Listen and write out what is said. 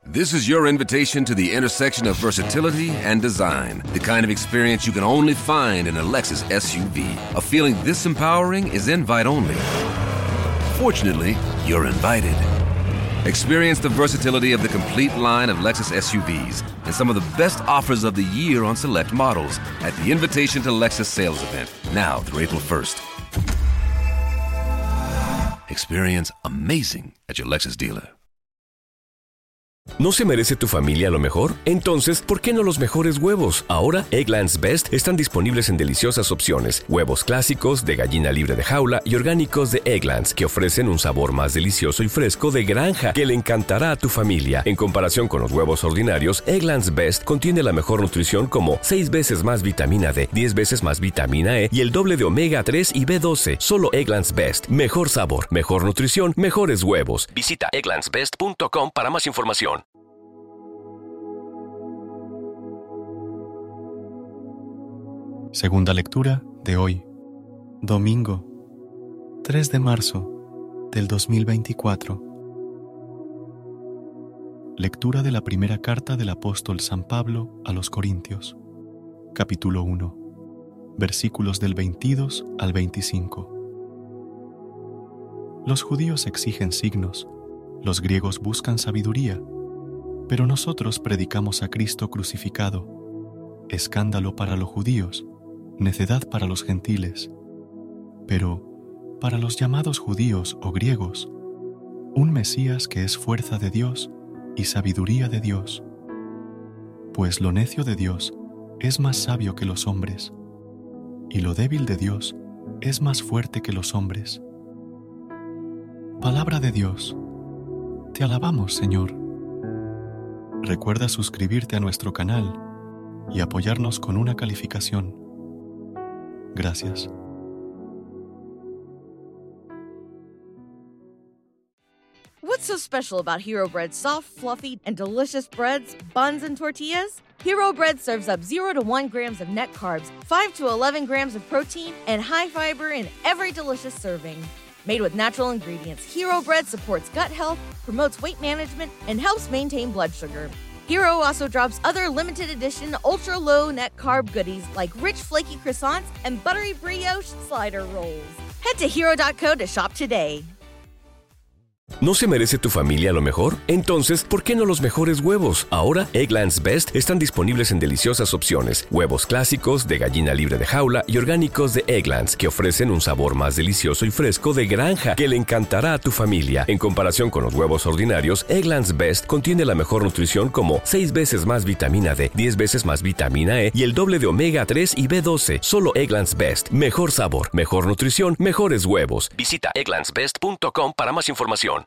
This is your invitation to the intersection of versatility and design. The kind of experience you can only find in a Lexus SUV. A feeling this empowering is invite only. Fortunately, you're invited. Experience the versatility of the complete line of Lexus SUVs and some of the best offers of the year on select models at the Invitation to Lexus sales event, now through April 1st. Experience amazing at your Lexus dealer. ¿No se merece tu familia lo mejor? Entonces, ¿por qué no los mejores huevos? Ahora, Eggland's Best están disponibles en deliciosas opciones. Huevos clásicos, de gallina libre de jaula y orgánicos de Eggland's, que ofrecen un sabor más delicioso y fresco de granja que le encantará a tu familia. En comparación con los huevos ordinarios, Eggland's Best contiene la mejor nutrición como 6 veces más vitamina D, 10 veces más vitamina E y el doble de omega 3 y B12. Solo Eggland's Best. Mejor sabor, mejor nutrición, mejores huevos. Visita egglandsbest.com para más información. Segunda lectura de hoy, domingo, 3 de marzo del 2024. Lectura de la primera carta del apóstol San Pablo a los Corintios, capítulo 1, versículos del 22 al 25. Los judíos exigen signos, los griegos buscan sabiduría, pero nosotros predicamos a Cristo crucificado, escándalo para los judíos, necedad para los gentiles, pero para los llamados judíos o griegos, un Mesías que es fuerza de Dios y sabiduría de Dios. Pues lo necio de Dios es más sabio que los hombres, y lo débil de Dios es más fuerte que los hombres. Palabra de Dios. Te alabamos, Señor. Recuerda suscribirte a nuestro canal y apoyarnos con una calificación. Gracias. What's so special about Hero Bread's soft, fluffy, and delicious breads, buns, and tortillas? Hero Bread serves up 0 to 1 grams of net carbs, 5 to 11 grams of protein, and high fiber in every delicious serving. Made with natural ingredients, Hero Bread supports gut health, promotes weight management, and helps maintain blood sugar. Hero also drops other limited edition ultra-low net carb goodies like rich flaky croissants and buttery brioche slider rolls. Head to hero.co to shop today. ¿No se merece tu familia lo mejor? Entonces, ¿por qué no los mejores huevos? Ahora, Eggland's Best están disponibles en deliciosas opciones. Huevos clásicos, de gallina libre de jaula y orgánicos de Eggland's, que ofrecen un sabor más delicioso y fresco de granja que le encantará a tu familia. En comparación con los huevos ordinarios, Eggland's Best contiene la mejor nutrición como 6 veces más vitamina D, 10 veces más vitamina E y el doble de omega 3 y B12. Solo Eggland's Best. Mejor sabor, mejor nutrición, mejores huevos. Visita egglandsbest.com para más información.